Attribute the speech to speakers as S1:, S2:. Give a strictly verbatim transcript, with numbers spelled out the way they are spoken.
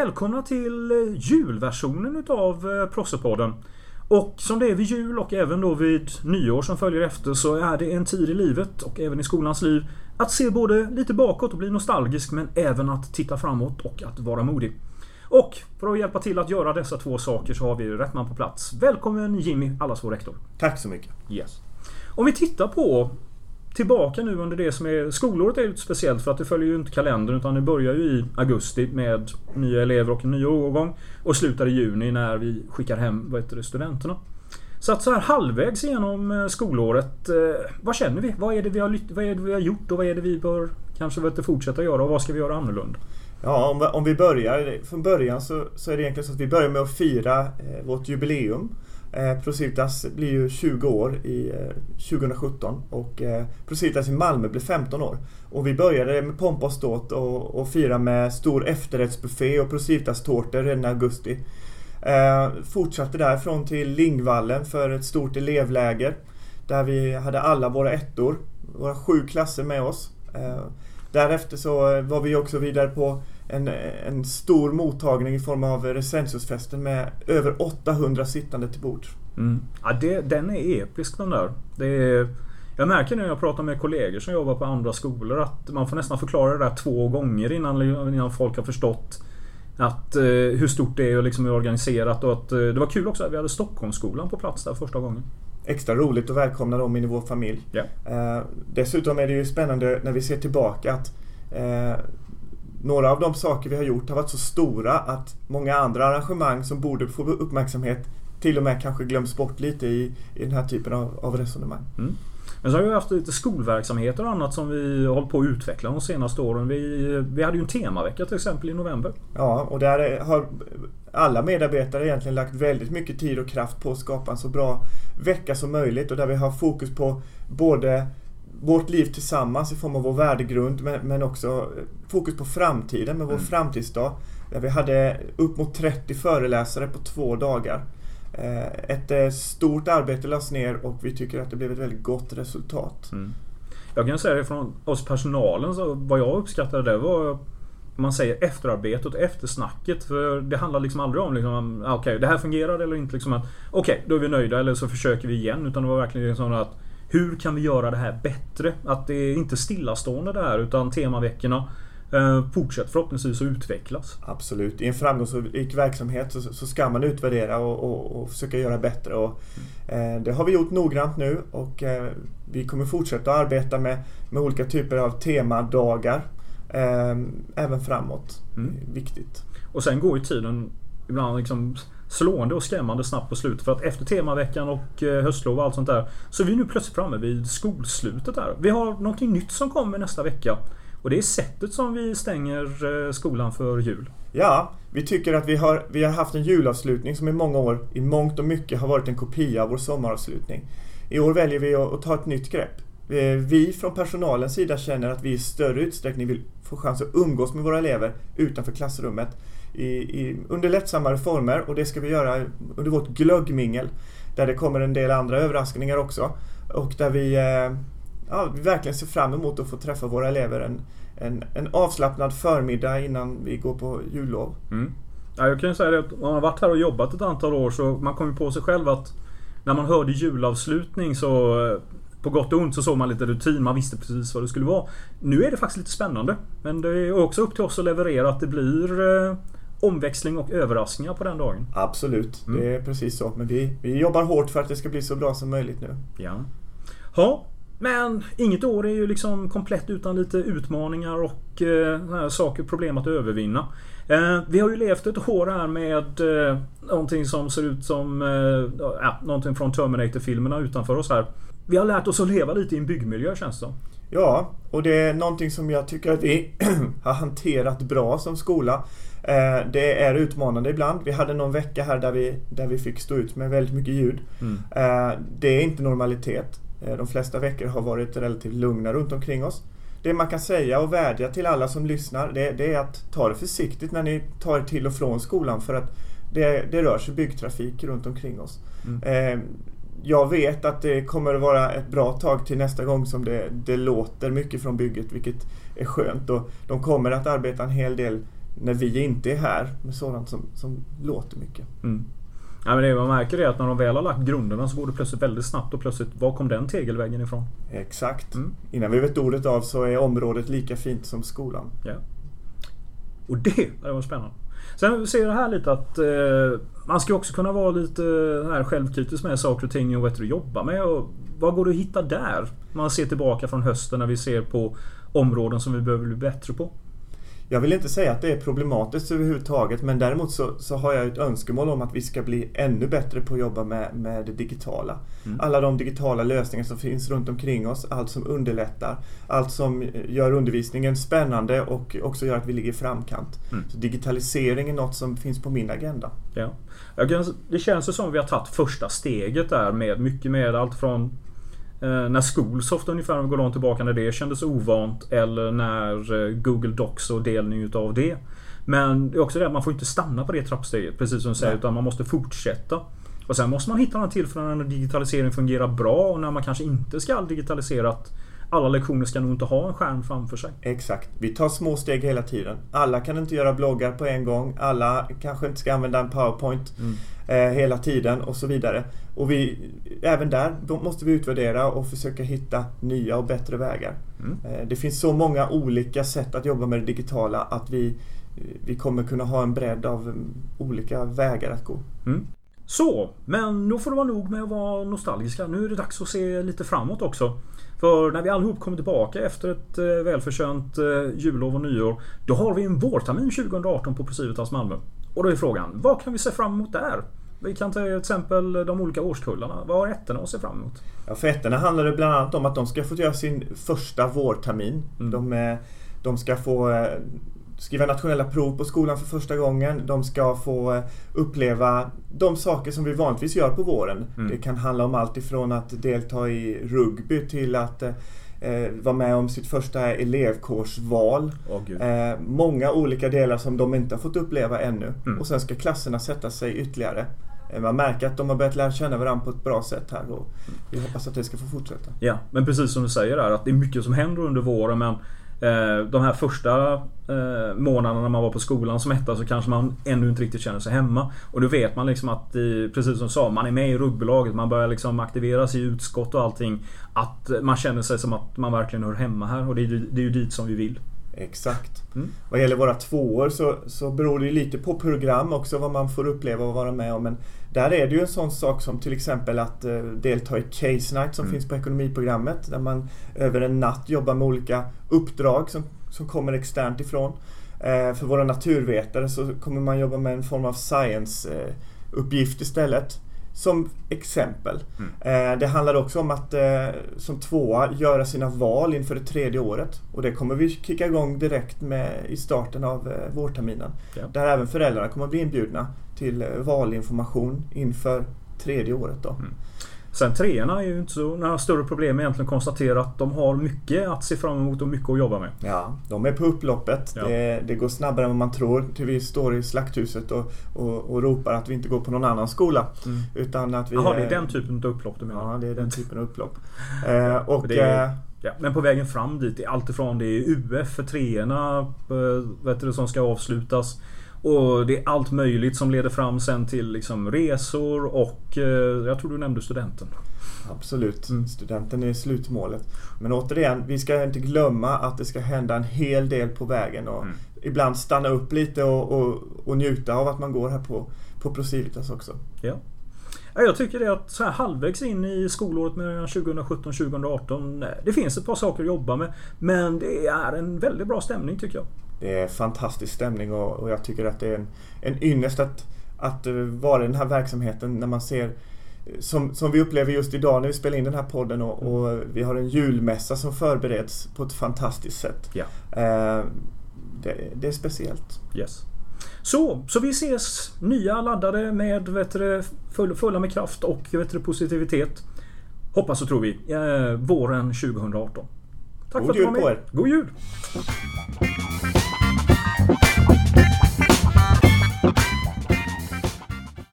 S1: Välkomna till julversionen utav Prossepodden. Och som det är vid jul och även då vid nyår som följer efter, så är det en tid i livet och även i skolans liv att se både lite bakåt och bli nostalgisk, men även att titta framåt och att vara modig. Och för att hjälpa till att göra dessa två saker så har vi rätt man på plats. Välkommen Jimmy, allas vår rektor.
S2: Tack så mycket.
S1: Yes. Om vi tittar på tillbaka nu under det som är skolåret, är lite speciellt för att det följer ju inte kalendern, utan det börjar ju i augusti med nya elever och en ny årgång och slutar i juni när vi skickar hem, vad heter det, studenterna. Så att så här halvvägs igenom skolåret, eh, vad känner vi? Vad är det vi har, vad är det vi har gjort och vad är det vi bör kanske vet, fortsätta göra och vad ska vi göra annorlunda?
S2: Ja, om, om vi börjar från början så, så är det egentligen så att vi börjar med att fira eh, vårt jubileum. Eh, Procivitas blir ju tjugo år i eh, tjugohundrasjutton och eh, Procivitas i Malmö blir femton år. Och vi började med pompa och ståt och, och fira med stor efterrättsbuffé och Procivitas-tårtor redan i augusti. Eh, fortsatte därifrån till Lingvallen för ett stort elevläger där vi hade alla våra ettor, våra sju klasser med oss. Eh, därefter så var vi också vidare på En, en stor mottagning i form av Recensusfesten med över åttahundra sittande till bord.
S1: Mm. Ja, det, den är episk den där. Det är, jag märker när jag pratar med kollegor som jobbar på andra skolor att man får nästan förklara det där två gånger innan, innan folk har förstått att, eh, hur stort det är och liksom hur organiserat. Och att, eh, det var kul också att vi hade Stockholmsskolan på plats där första gången.
S2: Extra roligt att välkomna dem in i vår familj.
S1: Yeah.
S2: Eh, dessutom är det ju spännande när vi ser tillbaka att eh, några av de saker vi har gjort har varit så stora att många andra arrangemang som borde få uppmärksamhet till och med kanske glöms bort lite i, i den här typen av, av resonemang.
S1: Mm. Men så har vi haft lite skolverksamheter och annat som vi håller på att utveckla de senaste åren. Vi, vi hade ju en temavecka till exempel i november.
S2: Ja, och där har alla medarbetare egentligen lagt väldigt mycket tid och kraft på att skapa en så bra vecka som möjligt, och där vi har fokus på både vårt liv tillsammans i form av vår värdegrund, men, men också fokus på framtiden med vår mm. framtidsdag, där vi hade upp mot trettio föreläsare på två dagar. Ett stort arbete lades ner och vi tycker att det blev ett väldigt gott resultat.
S1: Mm. Jag kan säga det från oss personalen, så vad jag uppskattade det var, man säger, efterarbetet och eftersnacket, för det handlar liksom aldrig om liksom, okej, okay, det här fungerar eller inte liksom, att okej, okay, då är vi nöjda eller så försöker vi igen, utan det var verkligen liksom att hur kan vi göra det här bättre? Att det är inte stillastående där, utan temaveckorna eh, fortsätter förhoppningsvis att utvecklas.
S2: Absolut. I en framgångsrik verksamhet så, så ska man utvärdera och, och, och försöka göra bättre. Och, eh, det har vi gjort noggrant nu, och eh, vi kommer fortsätta att arbeta med, med olika typer av temadagar eh, även framåt.
S1: Mm.
S2: Viktigt.
S1: Och sen går ju tiden ibland liksom slående och skrämmande snabbt på slutet, för att efter temaveckan och höstlov och allt sånt där, så är vi nu plötsligt framme vid skolslutet där. Vi har någonting nytt som kommer nästa vecka, och det är sättet som vi stänger skolan för jul.
S2: Ja, vi tycker att vi har, vi har haft en julavslutning som i många år i mångt och mycket har varit en kopia av vår sommaravslutning. I år väljer vi att, att ta ett nytt grepp. Vi från personalens sida känner att vi i större utsträckning vill få chans att umgås med våra elever utanför klassrummet i, i, under lättsammare former, och det ska vi göra under vårt glöggmingel, där det kommer en del andra överraskningar också, och där vi, ja, vi verkligen ser fram emot att få träffa våra elever en, en, en avslappnad förmiddag innan vi går på jullov.
S1: Mm. Ja, jag kan ju säga det, att man har varit här och jobbat ett antal år, så man kommer på sig själv att när man hörde julavslutning, så på gott och ont så såg man lite rutin, man visste precis vad det skulle vara. Nu är det faktiskt lite spännande, men det är också upp till oss att leverera att det blir eh, omväxling och överraskningar på den dagen.
S2: Absolut,
S1: mm.
S2: det är precis så. Men vi, vi jobbar hårt för att det ska bli så bra som möjligt nu.
S1: Ja. Ja, men inget år är ju liksom komplett utan lite utmaningar och eh, saker, problem att övervinna. Eh, vi har ju levt ett år här med eh, någonting som ser ut som eh, ja, någonting från Terminator-filmerna utanför oss här. Vi har lärt oss att leva lite i en byggmiljö, känns det.
S2: Ja, och det är någonting som jag tycker att vi har hanterat bra som skola. Eh, det är utmanande ibland. Vi hade någon vecka här där vi, där vi fick stå ut med väldigt mycket ljud.
S1: Mm.
S2: Eh, det är inte normalitet. Eh, de flesta veckor har varit relativt lugna runt omkring oss. Det man kan säga och vädja till alla som lyssnar, det, det är att ta det försiktigt när ni tar er till och från skolan, för att det, det rör sig byggtrafik runt omkring oss.
S1: Mm.
S2: Eh, Jag vet att det kommer att vara ett bra tag till nästa gång som det, det låter mycket från bygget, vilket är skönt. Och de kommer att arbeta en hel del när vi inte är här med sådant som, som låter mycket.
S1: Mm. Ja, men det man märker är att när de väl har lagt grunderna så går det plötsligt väldigt snabbt och plötsligt, var kom den tegelväggen ifrån?
S2: Exakt.
S1: Mm.
S2: Innan vi vet ordet av så är området lika fint som skolan.
S1: Ja. Och det, det var spännande. Sen ser jag här lite att eh, man ska också kunna vara lite här självkritisk med saker och ting och vad du jobbar med. Och vad går det att hitta där? Man ser tillbaka från hösten när vi ser på områden som vi behöver bli bättre på.
S2: Jag vill inte säga att det är problematiskt överhuvudtaget, men däremot så, så har jag ett önskemål om att vi ska bli ännu bättre på att jobba med, med det digitala. Mm. Alla de digitala lösningar som finns runt omkring oss, allt som underlättar, allt som gör undervisningen spännande och också gör att vi ligger i framkant. Mm. Så digitalisering är något som finns på min agenda.
S1: Ja. Det känns ju som att vi har tagit första steget där med mycket med allt från när Schoolsoft ungefär går långt tillbaka när det kändes ovant, eller när Google Docs och delning utav det. Men det är också det att man får inte stanna på det trappsteget, precis som du säger, utan man måste fortsätta. Och sen måste man hitta några tillfällen när digitalisering fungerar bra och när man kanske inte ska digitalisera, att alla lektioner ska nog inte ha en skärm framför sig.
S2: Exakt. Vi tar små steg hela tiden. Alla kan inte göra bloggar på en gång. Alla kanske inte ska använda en PowerPoint mm. eh, hela tiden och så vidare. Och vi, även där då måste vi utvärdera och försöka hitta nya och bättre vägar. Mm. Eh, det finns så många olika sätt att jobba med det digitala att vi, vi kommer kunna ha en bredd av olika vägar att gå.
S1: Mm. Så, men nu får det vara nog med att vara nostalgiska. Nu är det dags att se lite framåt också. För när vi allihop kommer tillbaka efter ett eh, välförtjänt eh, jullov och nyår, då har vi en vårtermin tjugo arton på Procivitas Malmö. Och då är frågan, vad kan vi se fram emot där? Vi kan ta till exempel de olika årskullarna. Vad har ettorna att se fram emot?
S2: Ja, för ettorna handlar det bland annat om att de ska få göra sin första vårtermin. Mm. De, de ska få skriva nationella prov på skolan för första gången. De ska få uppleva de saker som vi vanligtvis gör på våren. Mm. Det kan handla om allt ifrån att delta i rugby till att eh, vara med om sitt första elevkårsval.
S1: Oh,
S2: eh, många olika delar som de inte har fått uppleva ännu.
S1: Mm.
S2: Och sen ska klasserna sätta sig ytterligare. Eh, man märker att de har börjat lära känna varandra på ett bra sätt här. Och vi hoppas att det ska få fortsätta.
S1: Ja, men precis som du säger där, att det är mycket som händer under våren, men de här första eh, månaderna när man var på skolan som etta, så kanske man ännu inte riktigt känner sig hemma. Och då vet man liksom att, precis som du sa, man är med i rugbylaget, man börjar liksom aktiveras i utskott och allting. Att man känner sig som att man verkligen hör hemma här, och det är, det är ju dit som vi vill.
S2: Exakt.
S1: Mm.
S2: Vad gäller våra tvåor så, så beror det lite på program också vad man får uppleva och vara med om. Men där är det ju en sån sak som till exempel att eh, delta i Case Night som mm. finns på ekonomiprogrammet. Där man över en natt jobbar med olika uppdrag som, som kommer externt ifrån. Eh, för våra naturvetare så kommer man jobba med en form av science-uppgift eh, istället. Som exempel. Mm. Eh, det handlar också om att eh, som tvåa göra sina val inför det tredje året. Och det kommer vi kicka igång direkt med i starten av eh, vårterminen.
S1: Ja.
S2: Där även föräldrarna kommer bli inbjudna till eh, valinformation inför tredje året då.
S1: Mm. Sen treorna är ju inte så några större problem egentligen, konstatera att de har mycket att se fram emot och mycket att jobba med.
S2: Ja, de är på upploppet. Ja. Det, det går snabbare än vad man tror. Till vi står i slakthuset och, och, och ropar att vi inte går på någon annan skola. Mm. Utan att vi
S1: Jaha, det är den typen av upplopp du menar?
S2: Ja, det är den typen av upplopp. eh, och,
S1: det är, ja, men på vägen fram dit är allt ifrån det är U F för treorna vet du, som ska avslutas. Och det är allt möjligt som leder fram sen till liksom resor och eh, jag tror du nämnde studenten.
S2: Absolut, mm. studenten är slutmålet. Men återigen, vi ska inte glömma att det ska hända en hel del på vägen och mm. ibland stanna upp lite och, och, och njuta av att man går här på, på Procivitas också.
S1: Ja. Jag tycker det att så här halvvägs in i skolåret med tjugo sjutton tjugo arton, det finns ett par saker att jobba med, men det är en väldigt bra stämning tycker jag.
S2: Det är fantastisk stämning och, och jag tycker att det är en, en ynnest att, att vara i den här verksamheten när man ser, som, som vi upplever just idag när vi spelar in den här podden och, och vi har en julmässa som förbereds på ett fantastiskt sätt.
S1: Ja.
S2: Eh, det, det är speciellt.
S1: Yes. Så, så vi ses nya laddade med vet du, full, fulla med kraft och vet du, positivitet. Hoppas och tror vi. Eh, våren tjugo arton. Tack
S2: God
S1: för att du var med.
S2: På er.
S1: God jul!